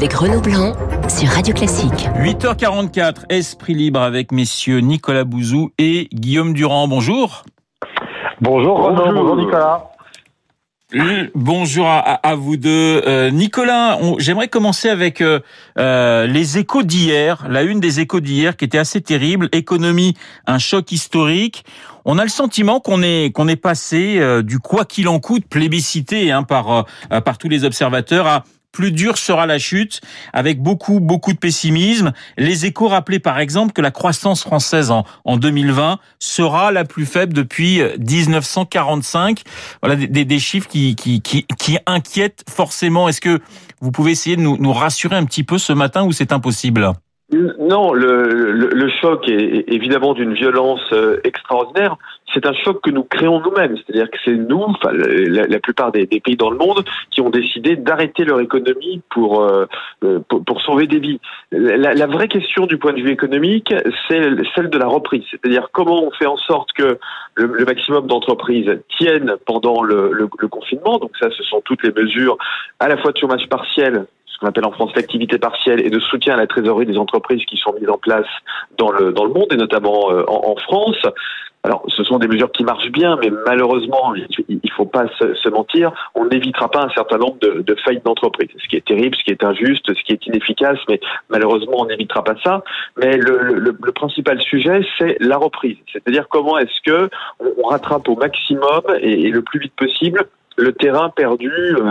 avec Renaud Blanc sur Radio Classique. 8h44, Esprit libre avec messieurs Nicolas Bouzou et Guillaume Durand. Bonjour. Bonjour Renaud, bonjour Nicolas. Bonjour à vous deux. Nicolas, j'aimerais commencer avec les échos d'hier, la une des échos d'hier qui était assez terrible. Économie, un choc historique. On a le sentiment qu'on est passé du quoi qu'il en coûte plébiscité par tous les observateurs à plus dur sera la chute, avec beaucoup de pessimisme. Les Échos rappelaient par exemple que la croissance française en 2020 sera la plus faible depuis 1945. Voilà des chiffres qui inquiètent forcément. Est-ce que vous pouvez essayer de nous rassurer un petit peu ce matin ou c'est impossible ? Non, le choc est évidemment d'une violence extraordinaire. C'est un choc que nous créons nous-mêmes. C'est-à-dire que c'est nous, enfin la plupart des pays dans le monde, qui ont décidé d'arrêter leur économie pour sauver des vies. La vraie question du point de vue économique, c'est celle de la reprise. C'est-à-dire comment on fait en sorte que le maximum d'entreprises tiennent pendant le confinement. Donc ça, ce sont toutes les mesures à la fois de chômage partiel, ce qu'on appelle en France l'activité partielle, et de soutien à la trésorerie des entreprises qui sont mises en place dans le monde et notamment en France. Alors, ce sont des mesures qui marchent bien, mais malheureusement, il faut pas se mentir, on n'évitera pas un certain nombre de faillites d'entreprises. Ce qui est terrible, ce qui est injuste, ce qui est inefficace, mais malheureusement, on n'évitera pas ça. Mais le principal sujet, c'est la reprise. C'est-à-dire comment est-ce que on rattrape au maximum et le plus vite possible le terrain perdu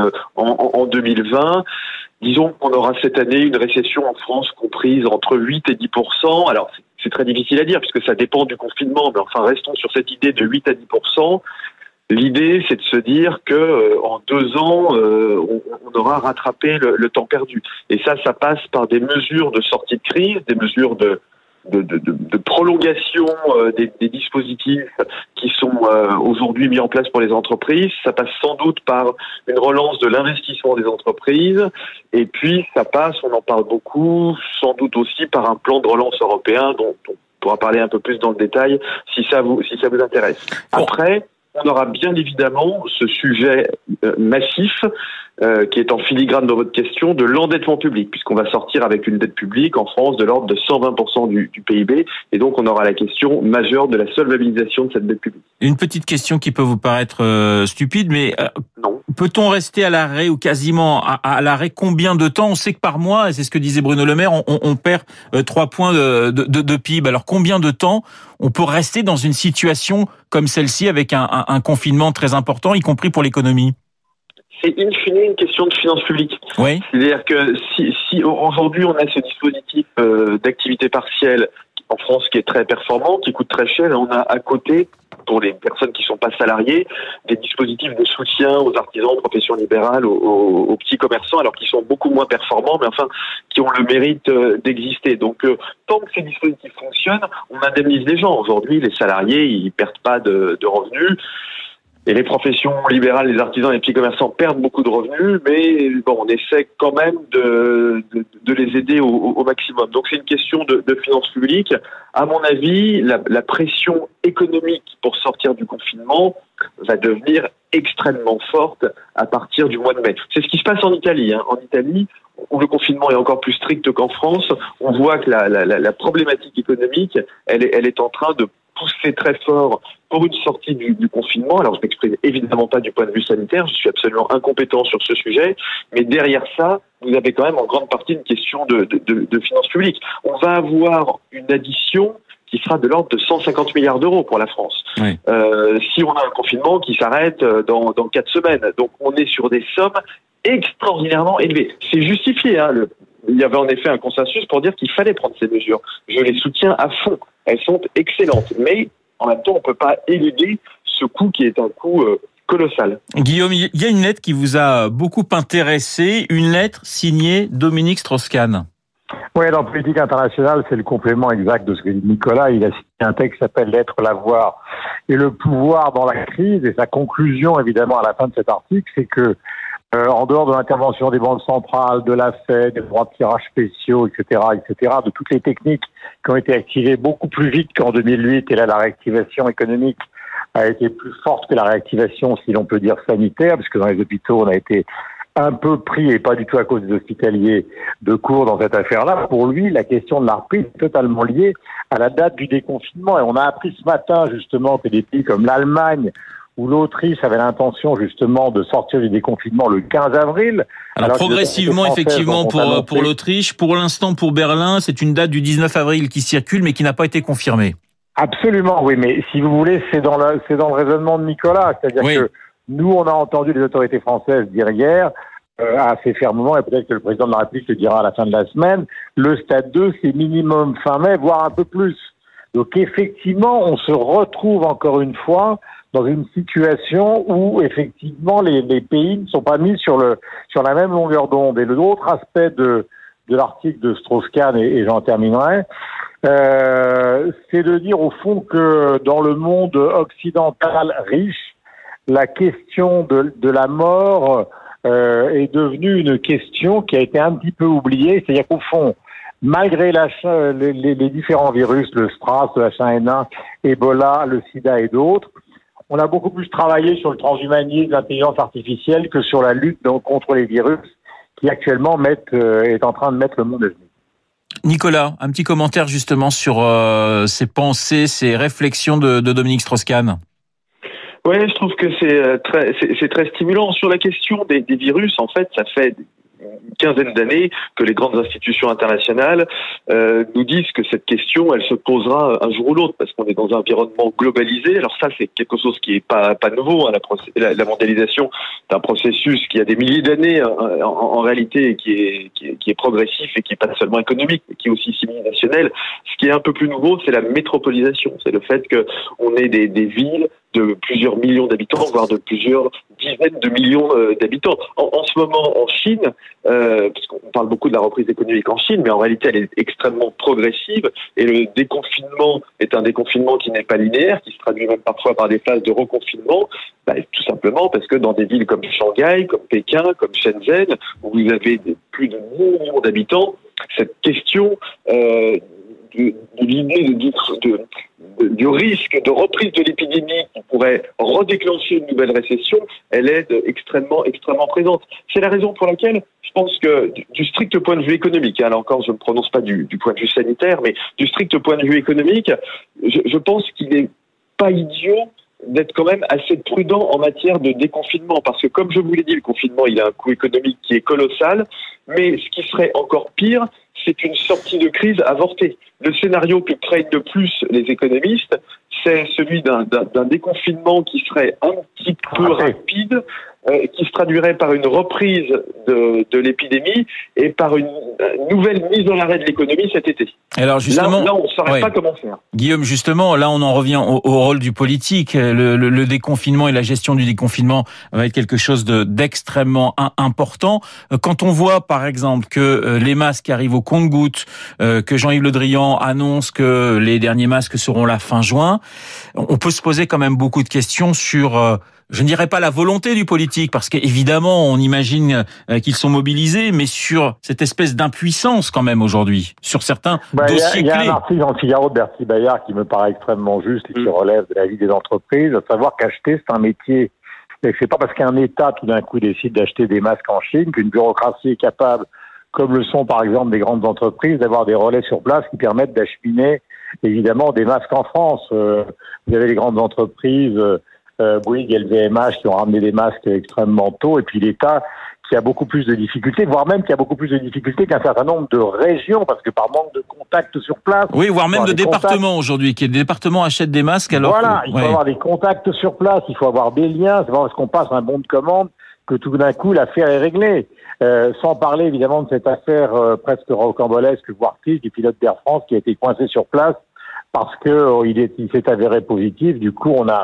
en 2020. Disons qu'on aura cette année une récession en France comprise entre 8 et 10%. Alors, c'est très difficile à dire puisque ça dépend du confinement, mais enfin, restons sur cette idée de 8 à 10%. L'idée, c'est de se dire que en 2 ans, on aura rattrapé le temps perdu. Et ça passe par des mesures de sortie de crise, des mesures de prolongation des dispositifs qui sont aujourd'hui mis en place pour les entreprises. Ça passe sans doute par une relance de l'investissement des entreprises. Et puis, ça passe, on en parle beaucoup, sans doute aussi par un plan de relance européen dont on pourra parler un peu plus dans le détail si ça vous intéresse. Après, on aura bien évidemment ce sujet massif qui est en filigrane dans votre question de l'endettement public, puisqu'on va sortir avec une dette publique en France de l'ordre de 120% du PIB, et donc on aura la question majeure de la solvabilisation de cette dette publique. Une petite question qui peut vous paraître stupide, mais non. Peut-on rester à l'arrêt ou quasiment à l'arrêt combien de temps ? On sait que par mois, et c'est ce que disait Bruno Le Maire, on perd 3 points de PIB. Alors combien de temps on peut rester dans une situation comme celle-ci avec un confinement très important, y compris pour l'économie ? C'est in fine une question de finances publiques. Oui. C'est-à-dire que si aujourd'hui on a ce dispositif d'activité partielle en France qui est très performant, qui coûte très cher, et on a à côté, pour les personnes qui sont pas salariées, des dispositifs de soutien aux artisans, aux professions libérales, aux petits commerçants, alors qu'ils sont beaucoup moins performants, mais enfin qui ont le mérite d'exister. Donc tant que ces dispositifs fonctionnent, on indemnise les gens. Aujourd'hui, les salariés, ils perdent pas de revenus. Et les professions libérales, les artisans et les petits commerçants perdent beaucoup de revenus, mais bon, on essaie quand même de les aider au maximum. Donc c'est une question de finances publiques. À mon avis, la pression économique pour sortir du confinement va devenir extrêmement forte à partir du mois de mai. C'est ce qui se passe en Italie. En Italie, où le confinement est encore plus strict qu'en France, on voit que la problématique économique, elle est en train de pousser très fort pour une sortie du confinement. Alors, je m'exprime évidemment pas du point de vue sanitaire, je suis absolument incompétent sur ce sujet, mais derrière ça, vous avez quand même en grande partie une question de finances publiques. On va avoir une addition qui sera de l'ordre de 150 milliards d'euros pour la France. Oui. Si on a un confinement qui s'arrête dans 4 semaines. Donc, on est sur des sommes extraordinairement élevées. C'est justifié, il y avait en effet un consensus pour dire qu'il fallait prendre ces mesures. Je les soutiens à fond. Elles sont excellentes. Mais en même temps, on ne peut pas éluder ce coût qui est un coût colossal. Guillaume, il y a une lettre qui vous a beaucoup intéressé, une lettre signée Dominique Strauss-Kahn. Oui, dans politique internationale, c'est le complément exact de ce que dit Nicolas. Il a signé un texte qui s'appelle « L'être, l'avoir et le pouvoir dans la crise ». Et sa conclusion, évidemment, à la fin de cet article, c'est que en dehors de l'intervention des banques centrales, de la Fed, des droits de tirage spéciaux, etc., de toutes les techniques qui ont été activées beaucoup plus vite qu'en 2008, et là, la réactivation économique a été plus forte que la réactivation, si l'on peut dire, sanitaire, parce que dans les hôpitaux, on a été un peu pris, et pas du tout à cause des hospitaliers, de court dans cette affaire-là. Pour lui, la question de la reprise est totalement liée à la date du déconfinement. Et on a appris ce matin, justement, que des pays comme l'Allemagne ou l'Autriche avaient l'intention, justement, de sortir du déconfinement le 15 avril. Alors progressivement, effectivement, pour l'Autriche. Pour l'instant, pour Berlin, c'est une date du 19 avril qui circule, mais qui n'a pas été confirmée. Absolument, oui. Mais si vous voulez, c'est dans le raisonnement de Nicolas. C'est-à-dire que nous, on a entendu les autorités françaises dire hier, assez fermement, et peut-être que le président de la République le dira à la fin de la semaine, le stade 2, c'est minimum fin mai, voire un peu plus. Donc effectivement, on se retrouve encore une fois dans une situation où effectivement les pays ne sont pas mis sur la même longueur d'onde. Et l'autre aspect de l'article de Strauss-Kahn, et j'en terminerai, c'est de dire au fond que dans le monde occidental riche, la question de la mort est devenue une question qui a été un petit peu oubliée. C'est-à-dire qu'au fond, malgré les différents virus, le SRAS, le H1N1, Ebola, le SIDA et d'autres, on a beaucoup plus travaillé sur le transhumanisme, l'intelligence artificielle que sur la lutte contre les virus qui actuellement est en train de mettre le monde à genoux. Nicolas, un petit commentaire justement sur ces pensées, ces réflexions de Dominique Strauss-Kahn. Oui, je trouve que c'est très stimulant. Sur la question des virus, en fait, ça fait une quinzaine d'années que les grandes institutions internationales nous disent que cette question, elle se posera un jour ou l'autre, parce qu'on est dans un environnement globalisé. Alors ça, c'est quelque chose qui est pas nouveau. Hein. La mondialisation, c'est un processus qui a des milliers d'années en réalité, et qui est progressif et qui est pas seulement économique, mais qui est aussi civilisationnel. Ce qui est un peu plus nouveau, c'est la métropolisation. C'est le fait que on ait des villes de plusieurs millions d'habitants, voire de plusieurs dizaines de millions d'habitants. En ce moment, en Chine, parce qu'on parle beaucoup de la reprise économique en Chine, mais en réalité, elle est extrêmement progressive, et le déconfinement est un déconfinement qui n'est pas linéaire, qui se traduit même parfois par des phases de reconfinement, tout simplement parce que dans des villes comme Shanghai, comme Pékin, comme Shenzhen, où vous avez plus de 10 millions d'habitants, cette question de l'idée du risque de reprise de l'épidémie qui pourrait redéclencher une nouvelle récession, elle est extrêmement présente. C'est la raison pour laquelle je pense que du strict point de vue économique, là encore je ne me prononce pas du point de vue sanitaire, mais du strict point de vue économique, je pense qu'il n'est pas idiot d'être quand même assez prudent en matière de déconfinement, parce que comme je vous l'ai dit, le confinement il a un coût économique qui est colossal, mais ce qui serait encore pire, c'est une sortie de crise avortée. Le scénario que craignent le plus les économistes, c'est celui d'un déconfinement qui serait un petit peu rapide, qui se traduirait par une reprise de l'épidémie et par une nouvelle mise en arrêt de l'économie cet été. Alors justement, là on ne saurait pas comment faire. Guillaume, justement, là on en revient au rôle du politique. Le déconfinement et la gestion du déconfinement va être quelque chose d'extrêmement important. Quand on voit par exemple que les masques arrivent au compte-gouttes, que Jean-Yves Le Drian annonce que les derniers masques seront là fin juin, on peut se poser quand même beaucoup de questions sur... je ne dirais pas la volonté du politique, parce qu'évidemment, on imagine qu'ils sont mobilisés, mais sur cette espèce d'impuissance quand même aujourd'hui, sur certains dossiers clés. Il y a un article dans le Figaro de Bertie Bayard qui me paraît extrêmement juste et qui relève de la vie des entreprises, à savoir qu'acheter, c'est un métier. Et c'est pas parce qu'un État, tout d'un coup, décide d'acheter des masques en Chine qu'une bureaucratie est capable, comme le sont par exemple des grandes entreprises, d'avoir des relais sur place qui permettent d'acheminer, évidemment, des masques en France. Vous avez les grandes entreprises... Bouygues et LVMH qui ont ramené des masques extrêmement tôt, et puis l'État qui a beaucoup plus de difficultés, voire même qui a beaucoup plus de difficultés qu'un certain nombre de régions, parce que par manque de contacts sur place... Oui, voire même de départements aujourd'hui, qui les départements achètent des masques alors... Voilà, il faut avoir des contacts sur place, il faut avoir des liens, c'est pas parce qu'on passe un bon de commande que tout d'un coup l'affaire est réglée. Sans parler évidemment de cette affaire presque rocambolesque, voire triste, du pilote d'Air France qui a été coincé sur place parce que il s'est avéré positif. Du coup, on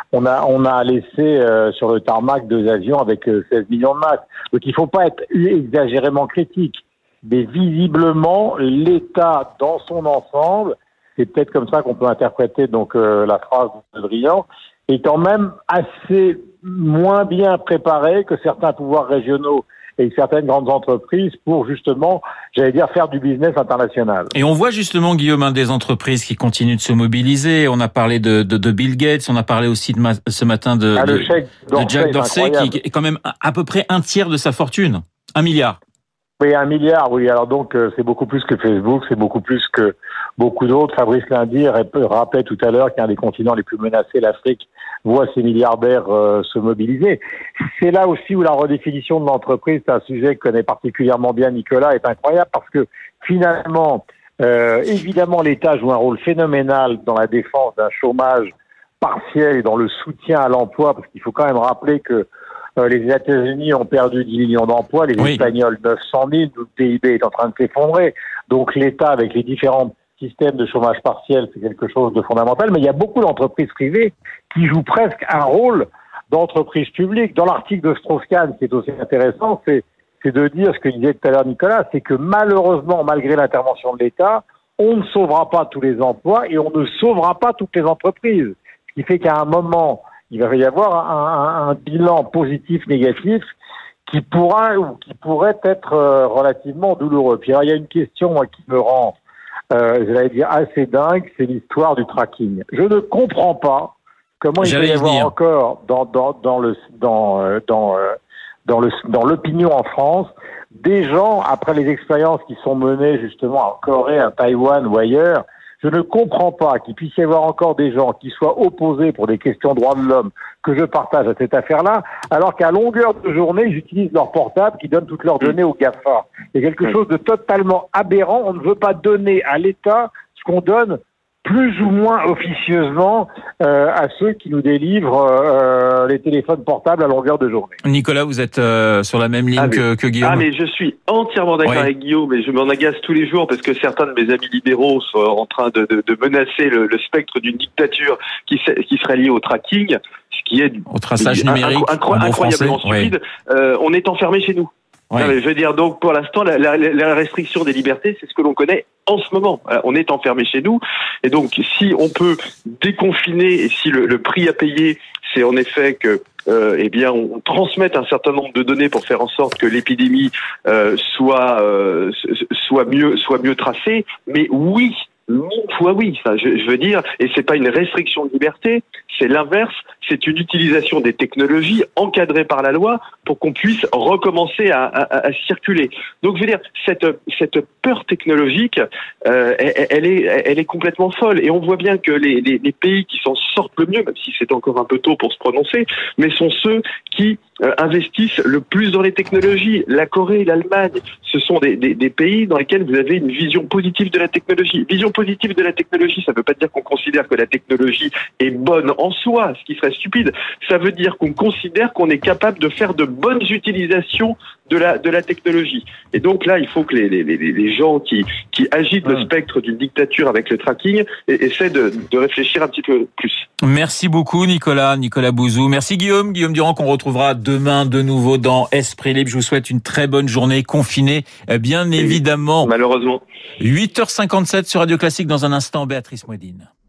a laissé sur le tarmac 2 avions avec 16 millions de masques. Donc il ne faut pas être exagérément critique. Mais visiblement, l'État dans son ensemble, c'est peut-être comme ça qu'on peut interpréter donc la phrase de Drian, est quand même assez moins bien préparé que certains pouvoirs régionaux et certaines grandes entreprises pour justement, j'allais dire, faire du business international. Et on voit justement, Guillaume, des entreprises qui continuent de se mobiliser. On a parlé de Bill Gates, on a parlé aussi ce matin de Jack Dorsey, qui est quand même à peu près un tiers de sa fortune. 1 milliard. Oui, 1 milliard, oui. Alors donc, c'est beaucoup plus que Facebook, c'est beaucoup plus que beaucoup d'autres. Fabrice Lundy rappelait tout à l'heure qu'un des continents les plus menacés, l'Afrique, voit ces milliardaires se mobiliser. C'est là aussi où la redéfinition de l'entreprise, c'est un sujet que connaît particulièrement bien Nicolas, est incroyable parce que finalement, évidemment, l'État joue un rôle phénoménal dans la défense d'un chômage partiel et dans le soutien à l'emploi, parce qu'il faut quand même rappeler que les États-Unis ont perdu 10 millions d'emplois, les Espagnols 900 000, le PIB est en train de s'effondrer. Donc l'État, avec les différents systèmes de chômage partiel, c'est quelque chose de fondamental. Mais il y a beaucoup d'entreprises privées qui jouent presque un rôle d'entreprise publique. Dans l'article de Strauss-Kahn, qui est aussi intéressant, c'est de dire ce que disait tout à l'heure Nicolas, c'est que malheureusement, malgré l'intervention de l'État, on ne sauvera pas tous les emplois et on ne sauvera pas toutes les entreprises. Ce qui fait qu'à un moment, il va y avoir un bilan positif, négatif, qui pourrait être relativement douloureux. Puis alors, il y a une question qui me rend, j'allais dire, assez dingue, c'est l'histoire du tracking. Je ne comprends pas comment il peut y avoir encore dans l'opinion en France des gens, après les expériences qui sont menées justement en Corée, à Taïwan ou ailleurs. Je ne comprends pas qu'il puisse y avoir encore des gens qui soient opposés pour des questions de droits de l'homme, que je partage à cette affaire-là, alors qu'à longueur de journée, ils utilisent leur portable qui donne toutes leurs données au GAFA. Il y a quelque chose de totalement aberrant. On ne veut pas donner à l'État ce qu'on donne plus ou moins officieusement à ceux qui nous délivrent les téléphones portables à longueur de journée. Nicolas, vous êtes sur la même ligne que Guillaume. Ah, mais je suis entièrement d'accord avec Guillaume, et je m'en agace tous les jours parce que certains de mes amis libéraux sont en train de menacer le spectre d'une dictature qui serait liée au tracking, ce qui est au traçage numérique, incroyablement stupide. On est enfermé chez nous. Non, mais je veux dire, donc pour l'instant, la restriction des libertés, c'est ce que l'on connaît en ce moment. On est enfermé chez nous, et donc si on peut déconfiner, et si le prix à payer, c'est en effet que eh bien, on transmette un certain nombre de données pour faire en sorte que l'épidémie soit mieux tracée. Mais oui. Oui, enfin, je veux dire, et c'est pas une restriction de liberté, c'est l'inverse, c'est une utilisation des technologies encadrées par la loi pour qu'on puisse recommencer à circuler. Donc, je veux dire, cette peur technologique, elle est complètement folle, et on voit bien que les pays qui s'en sortent le mieux, même si c'est encore un peu tôt pour se prononcer, mais sont ceux qui investissent le plus dans les technologies. La Corée, l'Allemagne, ce sont des pays dans lesquels vous avez une vision positive de la technologie. Vision positive de la technologie, ça ne veut pas dire qu'on considère que la technologie est bonne en soi, ce qui serait stupide. Ça veut dire qu'on considère qu'on est capable de faire de bonnes utilisations de la technologie. Et donc là, il faut que les gens qui agitent le spectre d'une dictature avec le tracking essaient de réfléchir un petit peu plus. Merci beaucoup Nicolas Bouzou. Merci Guillaume Durand, qu'on retrouvera demain de nouveau dans Esprit Libre. Je vous souhaite une très bonne journée confinée, bien évidemment. Malheureusement. 8h57 sur Radio Classique. Dans un instant, Béatrice Mouedine.